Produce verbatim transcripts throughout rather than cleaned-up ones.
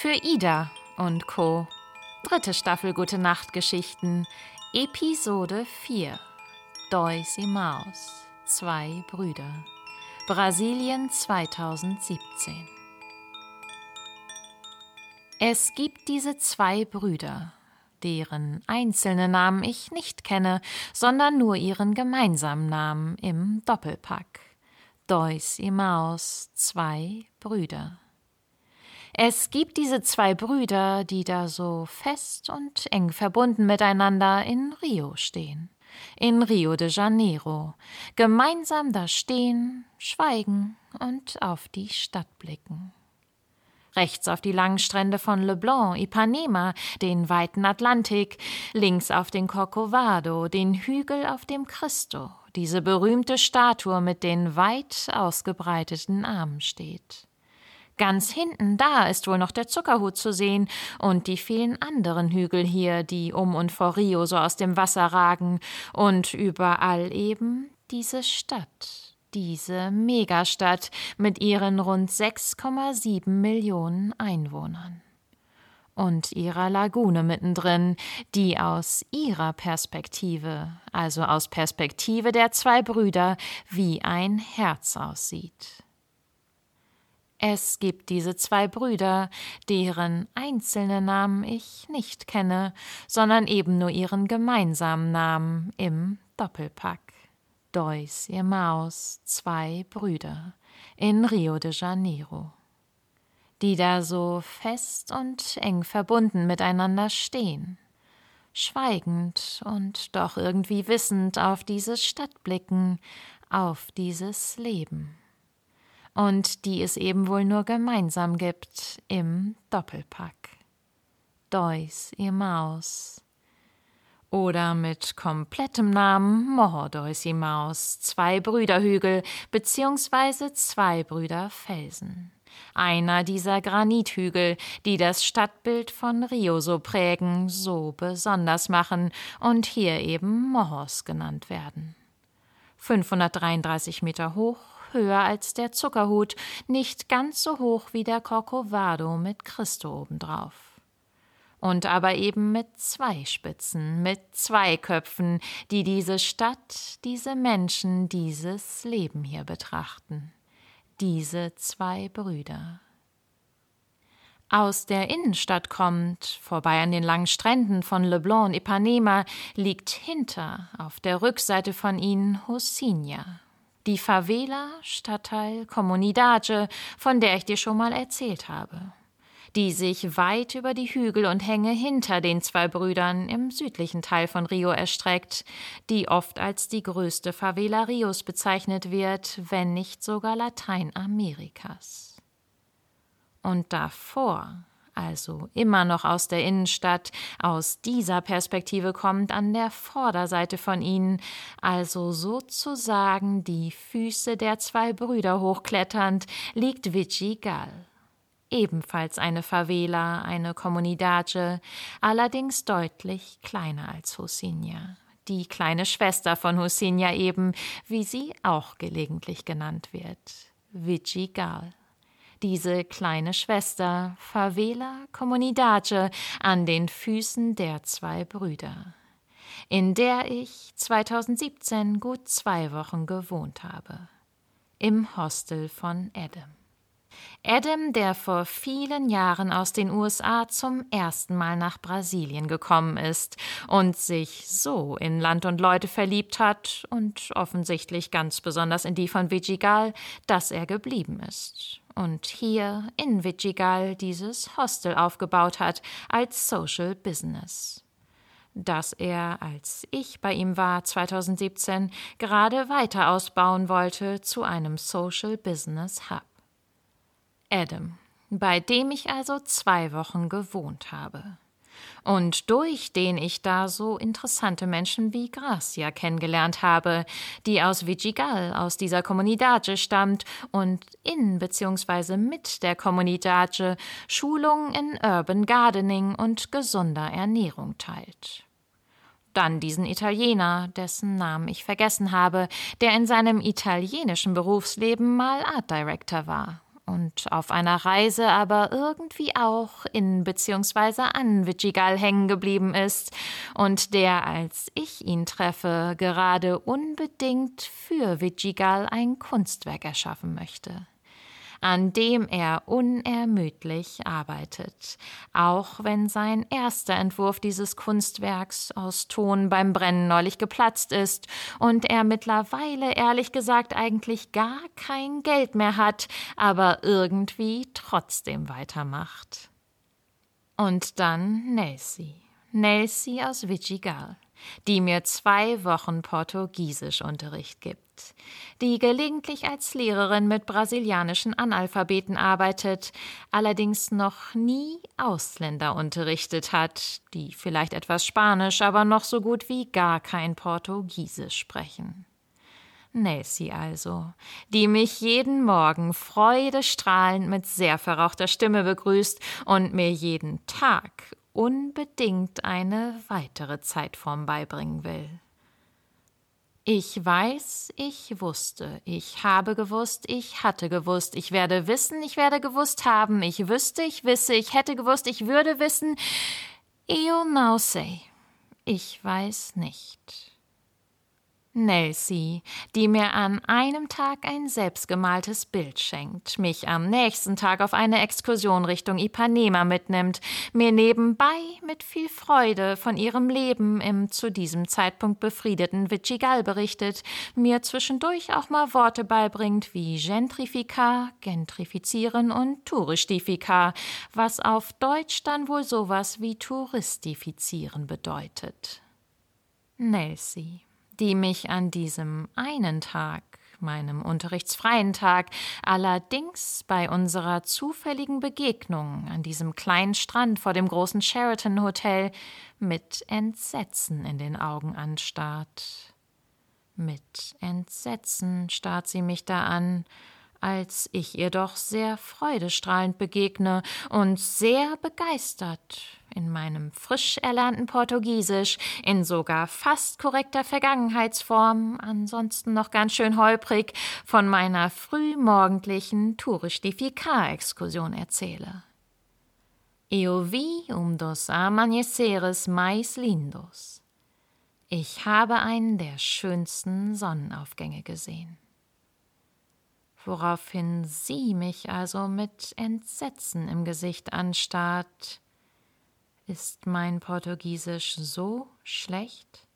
Für Ida und Co. Dritte Staffel Gute Nacht Geschichten, Episode vier. Dois Irmãos, zwei Brüder. Brasilien zweitausendsiebzehn. Es gibt diese zwei Brüder, deren einzelne Namen ich nicht kenne, sondern nur ihren gemeinsamen Namen im Doppelpack. Dois Irmãos, zwei Brüder. Es gibt diese zwei Brüder, die da so fest und eng verbunden miteinander in Rio stehen. In Rio de Janeiro, gemeinsam da stehen, schweigen und auf die Stadt blicken. Rechts auf die langen Strände von Leblon, Ipanema, den weiten Atlantik, links auf den Corcovado, den Hügel auf dem Cristo, diese berühmte Statue mit den weit ausgebreiteten Armen steht. Ganz hinten, da ist wohl noch der Zuckerhut zu sehen und die vielen anderen Hügel hier, die um und vor Rio so aus dem Wasser ragen und überall eben diese Stadt, diese Megastadt mit ihren rund sechs Komma sieben Millionen Einwohnern. Und ihrer Lagune mittendrin, die aus ihrer Perspektive, also aus Perspektive der zwei Brüder, wie ein Herz aussieht. Es gibt diese zwei Brüder, deren einzelne Namen ich nicht kenne, sondern eben nur ihren gemeinsamen Namen im Doppelpack. Dois Irmãos, zwei Brüder, in Rio de Janeiro, die da so fest und eng verbunden miteinander stehen, schweigend und doch irgendwie wissend auf diese Stadt blicken, auf dieses Leben. Und die es eben wohl nur gemeinsam gibt im Doppelpack. Dois Irmãos. Oder mit komplettem Namen Morro Dois Irmãos, zwei Brüderhügel beziehungsweise zwei Brüderfelsen. Einer dieser Granithügel, die das Stadtbild von Rio so prägen, so besonders machen und hier eben Morros genannt werden. fünfhundertdreiunddreißig Meter hoch, höher als der Zuckerhut, nicht ganz so hoch wie der Corcovado mit Cristo obendrauf. Und aber eben mit zwei Spitzen, mit zwei Köpfen, die diese Stadt, diese Menschen, dieses Leben hier betrachten. Diese zwei Brüder. Aus der Innenstadt kommt, vorbei an den langen Stränden von Leblon, Ipanema, liegt hinter, auf der Rückseite von ihnen, Rocinha. Die Favela, Stadtteil, Comunidade, von der ich dir schon mal erzählt habe, die sich weit über die Hügel und Hänge hinter den zwei Brüdern im südlichen Teil von Rio erstreckt, die oft als die größte Favela Rios bezeichnet wird, wenn nicht sogar Lateinamerikas. Und davor, also immer noch aus der Innenstadt, aus dieser Perspektive kommt an der Vorderseite von ihnen, also sozusagen die Füße der zwei Brüder hochkletternd, liegt Vidigal. Ebenfalls eine Favela, eine Comunidade, allerdings deutlich kleiner als Rocinha. Die kleine Schwester von Rocinha eben, wie sie auch gelegentlich genannt wird. Vidigal. Diese kleine Schwester, Favela, Comunidade, an den Füßen der zwei Brüder, in der ich zweitausendsiebzehn gut zwei Wochen gewohnt habe. Im Hostel von Adam. Adam, der vor vielen Jahren aus den U S A zum ersten Mal nach Brasilien gekommen ist und sich so in Land und Leute verliebt hat und offensichtlich ganz besonders in die von Vidigal, dass er geblieben ist. Und hier in Vidigal dieses Hostel aufgebaut hat als Social Business, das er, als ich bei ihm war, zweitausendsiebzehn, gerade weiter ausbauen wollte zu einem Social Business Hub. Adam, bei dem ich also zwei Wochen gewohnt habe. Und durch den ich da so interessante Menschen wie Gracia kennengelernt habe, die aus Vidigal, aus dieser Comunidade stammt und in bzw. mit der Comunidade Schulungen in Urban Gardening und gesunder Ernährung teilt. Dann diesen Italiener, dessen Namen ich vergessen habe, der in seinem italienischen Berufsleben mal Art Director war. und auf einer Reise aber irgendwie auch in bzw. an Vidjigal hängen geblieben ist und der, als ich ihn treffe, gerade unbedingt für Vidjigal ein Kunstwerk erschaffen möchte, an dem er unermüdlich arbeitet, auch wenn sein erster Entwurf dieses Kunstwerks aus Ton beim Brennen neulich geplatzt ist und er mittlerweile ehrlich gesagt eigentlich gar kein Geld mehr hat, aber irgendwie trotzdem weitermacht. Und dann Nelsie, Nelsie aus Vidjigal, die mir zwei Wochen Portugiesischunterricht gibt, die gelegentlich als Lehrerin mit brasilianischen Analphabeten arbeitet, allerdings noch nie Ausländer unterrichtet hat, die vielleicht etwas Spanisch, aber noch so gut wie gar kein Portugiesisch sprechen. Nelsie also, die mich jeden Morgen freudestrahlend mit sehr verrauchter Stimme begrüßt und mir jeden Tag unbedingt eine weitere Zeitform beibringen will. Ich weiß, ich wusste, ich habe gewusst, ich hatte gewusst, ich werde wissen, ich werde gewusst haben, ich wüsste, ich wisse, ich hätte gewusst, ich würde wissen. Eu não sei. Ich weiß nicht. Nelsie, die mir an einem Tag ein selbstgemaltes Bild schenkt, mich am nächsten Tag auf eine Exkursion Richtung Ipanema mitnimmt, mir nebenbei mit viel Freude von ihrem Leben im zu diesem Zeitpunkt befriedeten Vidjigal berichtet, mir zwischendurch auch mal Worte beibringt wie gentrificar, gentrifizieren und touristificar, was auf Deutsch dann wohl sowas wie touristifizieren bedeutet. Nelsie, die mich an diesem einen Tag, meinem unterrichtsfreien Tag, allerdings bei unserer zufälligen Begegnung an diesem kleinen Strand vor dem großen Sheraton Hotel mit Entsetzen in den Augen anstarrt. Mit Entsetzen starrt sie mich da an, als ich ihr doch sehr freudestrahlend begegne und sehr begeistert in meinem frisch erlernten Portugiesisch, in sogar fast korrekter Vergangenheitsform, ansonsten noch ganz schön holprig, von meiner frühmorgendlichen Touristificar-Exkursion erzähle. Eu vi um dos amanheceres mais lindos. Ich habe einen der schönsten Sonnenaufgänge gesehen. Woraufhin sie mich also mit Entsetzen im Gesicht anstarrt. Ist mein Portugiesisch so schlecht?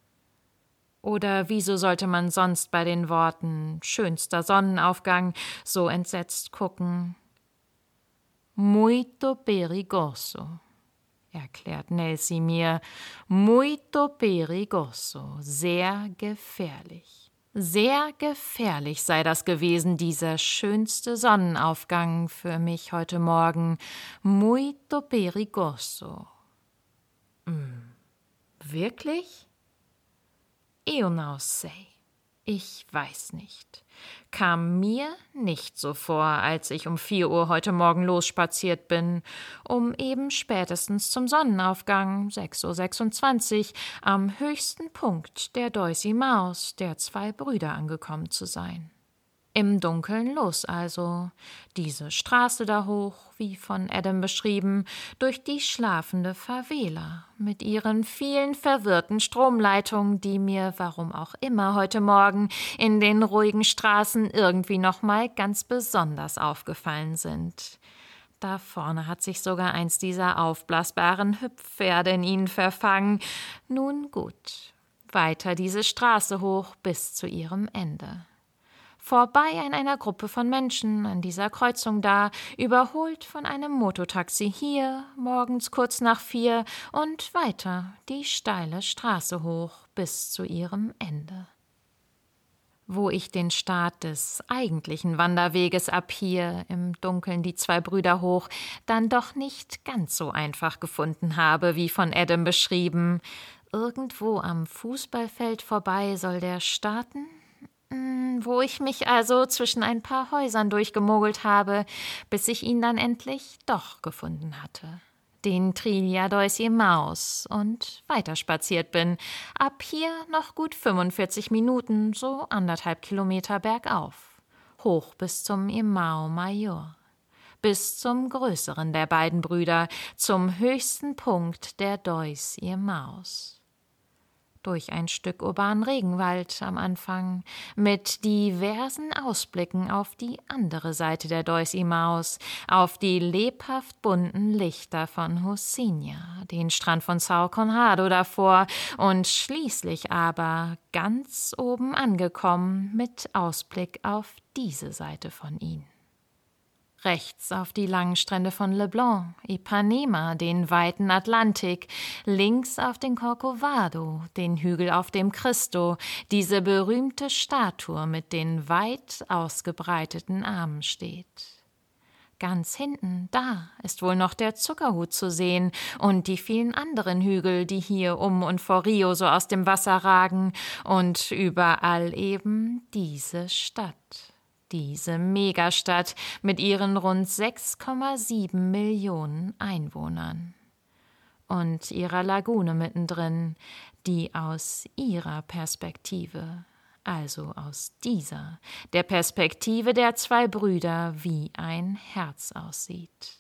Oder wieso sollte man sonst bei den Worten schönster Sonnenaufgang so entsetzt gucken? Muito perigoso, erklärt Nelsie mir, muito perigoso, sehr gefährlich. Sehr gefährlich sei das gewesen, dieser schönste Sonnenaufgang für mich heute Morgen. Muito perigoso. Hm, wirklich? Eu não sei. Ich weiß nicht. Kam mir nicht so vor, als ich um vier Uhr heute Morgen losspaziert bin, um eben spätestens zum Sonnenaufgang, sechs Uhr sechsundzwanzig, am höchsten Punkt der Dois Irmãos, der zwei Brüder, angekommen zu sein. Im Dunkeln los also, diese Straße da hoch, wie von Adam beschrieben, durch die schlafende Favela mit ihren vielen verwirrten Stromleitungen, die mir, warum auch immer heute Morgen, in den ruhigen Straßen irgendwie nochmal ganz besonders aufgefallen sind. Da vorne hat sich sogar eins dieser aufblasbaren Hüpfpferde in ihnen verfangen. Nun gut, weiter diese Straße hoch bis zu ihrem Ende. Vorbei an einer Gruppe von Menschen an dieser Kreuzung da, überholt von einem Mototaxi hier, morgens kurz nach vier und weiter die steile Straße hoch bis zu ihrem Ende. Wo ich den Start des eigentlichen Wanderweges ab hier, im Dunkeln die zwei Brüder hoch, dann doch nicht ganz so einfach gefunden habe, wie von Adam beschrieben. Irgendwo am Fußballfeld vorbei soll der starten? Wo ich mich also zwischen ein paar Häusern durchgemogelt habe, bis ich ihn dann endlich doch gefunden hatte. Den Trilha Dois Irmãos und weiterspaziert bin. Ab hier noch gut fünfundvierzig Minuten, so anderthalb Kilometer bergauf. hoch bis zum Imao Major, bis zum größeren der beiden Brüder, zum höchsten Punkt der Deuce Irmãos. Durch ein Stück urbanen Regenwald am Anfang, mit diversen Ausblicken auf die andere Seite der Deuce Irmãos, auf die lebhaft bunten Lichter von Rocinha, den Strand von São Conrado davor und schließlich aber ganz oben angekommen mit Ausblick auf diese Seite von ihnen. Rechts auf die langen Strände von Leblon, Ipanema, den weiten Atlantik, links auf den Corcovado, den Hügel auf dem Cristo, diese berühmte Statue mit den weit ausgebreiteten Armen steht. Ganz hinten, da ist wohl noch der Zuckerhut zu sehen und die vielen anderen Hügel, die hier um und vor Rio so aus dem Wasser ragen und überall eben diese Stadt. Diese Megastadt mit ihren rund sechs Komma sieben Millionen Einwohnern und ihrer Lagune mittendrin, die aus ihrer Perspektive, also aus dieser, der Perspektive der zwei Brüder, wie ein Herz aussieht.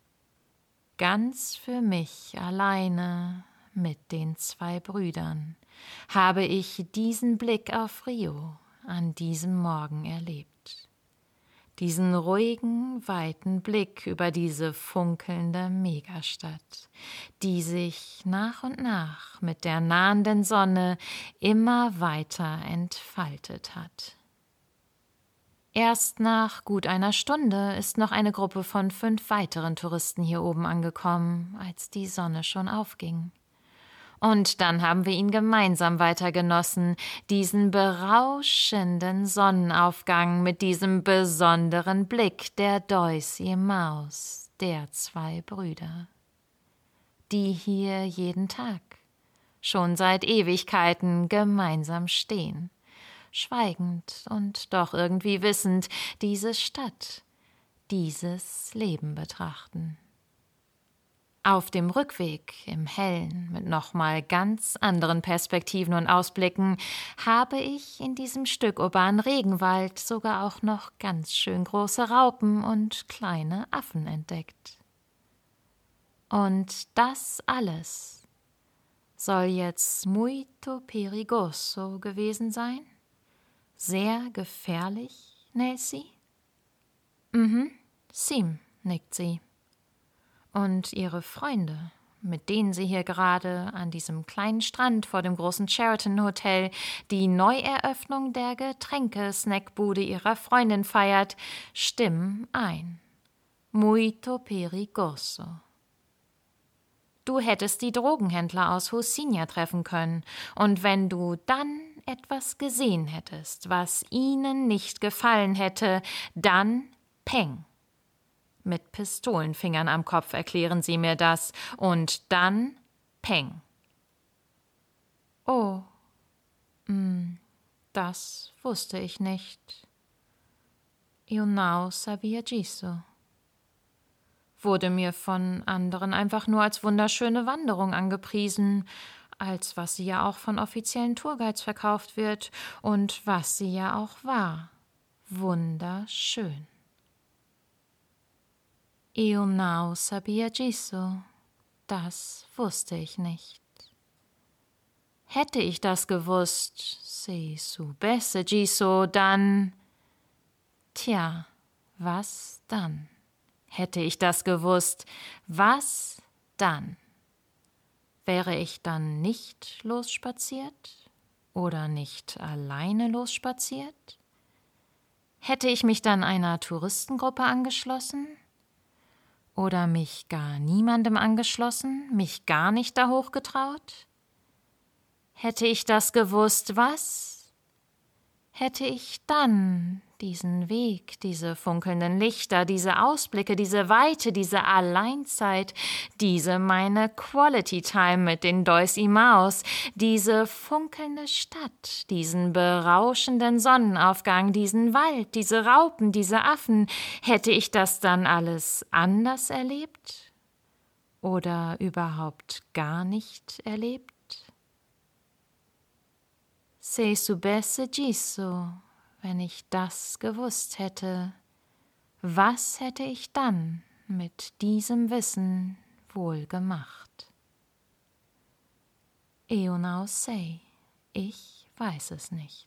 Ganz für mich alleine mit den zwei Brüdern habe ich diesen Blick auf Rio an diesem Morgen erlebt. Diesen ruhigen, weiten Blick über diese funkelnde Megastadt, die sich nach und nach mit der nahenden Sonne immer weiter entfaltet hat. Erst nach gut einer Stunde ist noch eine Gruppe von fünf weiteren Touristen hier oben angekommen, als die Sonne schon aufging. Und dann haben wir ihn gemeinsam weiter genossen, diesen berauschenden Sonnenaufgang mit diesem besonderen Blick der Deuce Irmãos, der zwei Brüder, die hier jeden Tag, schon seit Ewigkeiten gemeinsam stehen, schweigend und doch irgendwie wissend diese Stadt, dieses Leben betrachten. Auf dem Rückweg im Hellen mit nochmal ganz anderen Perspektiven und Ausblicken habe ich in diesem Stück urbanen Regenwald sogar auch noch ganz schön große Raupen und kleine Affen entdeckt. Und das alles soll jetzt muito perigoso gewesen sein? Sehr gefährlich, Nelsie? Mhm, sim, nickt sie. Und ihre Freunde, mit denen sie hier gerade an diesem kleinen Strand vor dem großen Sheraton-Hotel die Neueröffnung der Getränkesnackbude ihrer Freundin feiert, stimmen ein. Muito perigoso. Du hättest die Drogenhändler aus Rocinha treffen können, und wenn du dann etwas gesehen hättest, was ihnen nicht gefallen hätte, dann peng. Mit Pistolenfingern am Kopf erklären sie mir das, und dann peng. Oh, mm, das wusste ich nicht. Eu não sabia disso. Wurde mir von anderen einfach nur als wunderschöne Wanderung angepriesen, als was sie ja auch von offiziellen Tourguides verkauft wird und was sie ja auch war. Wunderschön. Eu não sabia disso. Das wusste ich nicht. Hätte ich das gewusst, se soubesse disso, dann... Tja, was dann? Hätte ich das gewusst, was dann? Wäre ich dann nicht losspaziert oder nicht alleine losspaziert? Hätte ich mich dann einer Touristengruppe angeschlossen? Oder mich gar niemandem angeschlossen, mich gar nicht da hochgetraut? Hätte ich das gewusst, was? Hätte ich dann diesen Weg, diese funkelnden Lichter, diese Ausblicke, diese Weite, diese Alleinzeit, diese meine Quality Time mit den Deuce Irmãos, diese funkelnde Stadt, diesen berauschenden Sonnenaufgang, diesen Wald, diese Raupen, diese Affen, hätte ich das dann alles anders erlebt? Oder überhaupt gar nicht erlebt? Se soubesse disso, wenn ich das gewusst hätte, was hätte ich dann mit diesem Wissen wohl gemacht? Eonaus sei, ich weiß es nicht.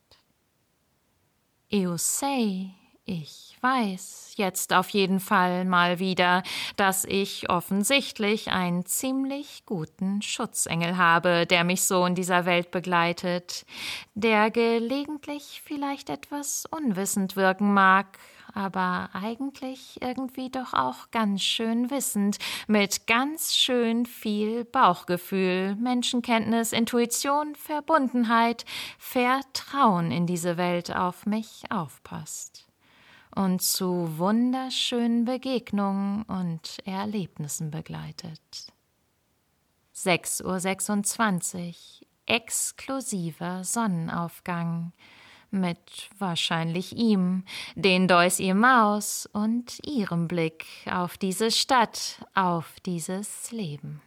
Eos sei, ich weiß jetzt auf jeden Fall mal wieder, dass ich offensichtlich einen ziemlich guten Schutzengel habe, der mich so in dieser Welt begleitet, der gelegentlich vielleicht etwas unwissend wirken mag, aber eigentlich irgendwie doch auch ganz schön wissend, mit ganz schön viel Bauchgefühl, Menschenkenntnis, Intuition, Verbundenheit, Vertrauen in diese Welt auf mich aufpasst und zu wunderschönen Begegnungen und Erlebnissen begleitet. sechs Uhr sechsundzwanzig, exklusiver Sonnenaufgang, mit wahrscheinlich ihm, den Deus Maus und ihrem Blick auf diese Stadt, auf dieses Leben.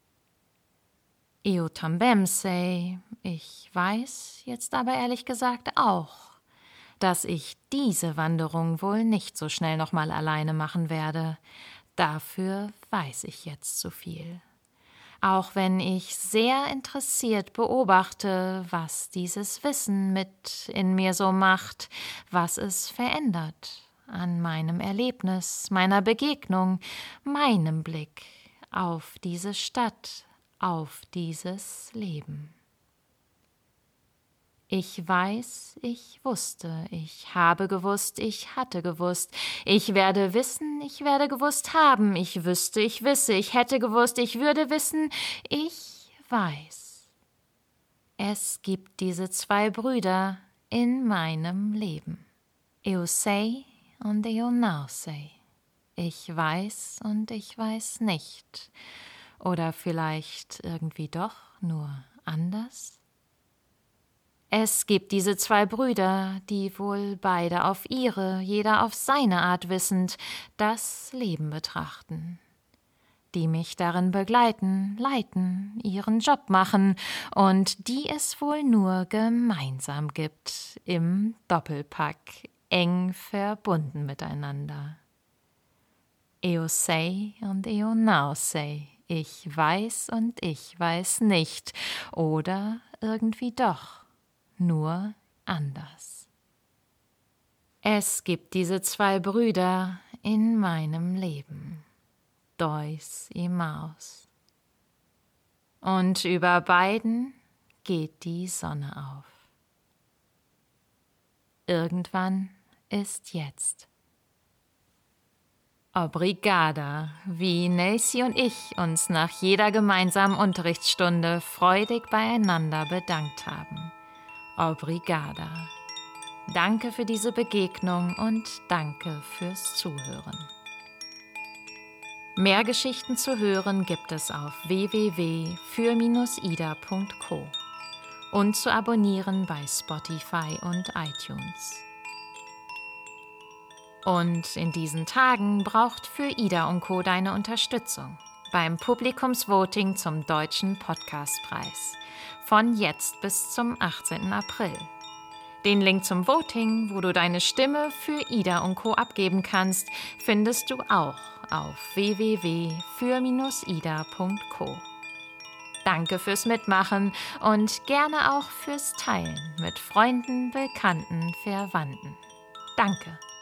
Eo tambem sei, ich weiß jetzt aber ehrlich gesagt auch, dass ich diese Wanderung wohl nicht so schnell nochmal alleine machen werde. Dafür weiß ich jetzt zu viel. Auch wenn ich sehr interessiert beobachte, was dieses Wissen mit in mir so macht, was es verändert an meinem Erlebnis, meiner Begegnung, meinem Blick auf diese Stadt, auf dieses Leben. Ich weiß, ich wusste, ich habe gewusst, ich hatte gewusst, ich werde wissen, ich werde gewusst haben, ich wüsste, ich wisse, ich hätte gewusst, ich würde wissen, ich weiß. Es gibt diese zwei Brüder in meinem Leben, Eo sei und Eonaus sei. Ich weiß und ich weiß nicht, oder vielleicht irgendwie doch nur anders? Es gibt diese zwei Brüder, die wohl beide auf ihre, jeder auf seine Art wissend, das Leben betrachten, die mich darin begleiten, leiten, ihren Job machen und die es wohl nur gemeinsam gibt, im Doppelpack, eng verbunden miteinander. Eo sei und Eonaus sei, ich weiß und ich weiß nicht, oder irgendwie doch. Nur anders. Es gibt diese zwei Brüder in meinem Leben, Deus Maus. Und über beiden geht die Sonne auf. Irgendwann ist jetzt. Obrigada, wie Nelsie und ich uns nach jeder gemeinsamen Unterrichtsstunde freudig beieinander bedankt haben. Obrigada. Danke für diese Begegnung und danke fürs Zuhören. Mehr Geschichten zu hören gibt es auf w w w punkt für ida punkt co und zu abonnieren bei Spotify und iTunes. Und in diesen Tagen braucht Für Ida und Co. deine Unterstützung beim Publikumsvoting zum Deutschen Podcastpreis. Von jetzt bis zum achtzehnten April. Den Link zum Voting, wo du deine Stimme für Ida und Co. abgeben kannst, findest du auch auf w w w punkt für ida punkt co. Danke fürs Mitmachen und gerne auch fürs Teilen mit Freunden, Bekannten, Verwandten. Danke.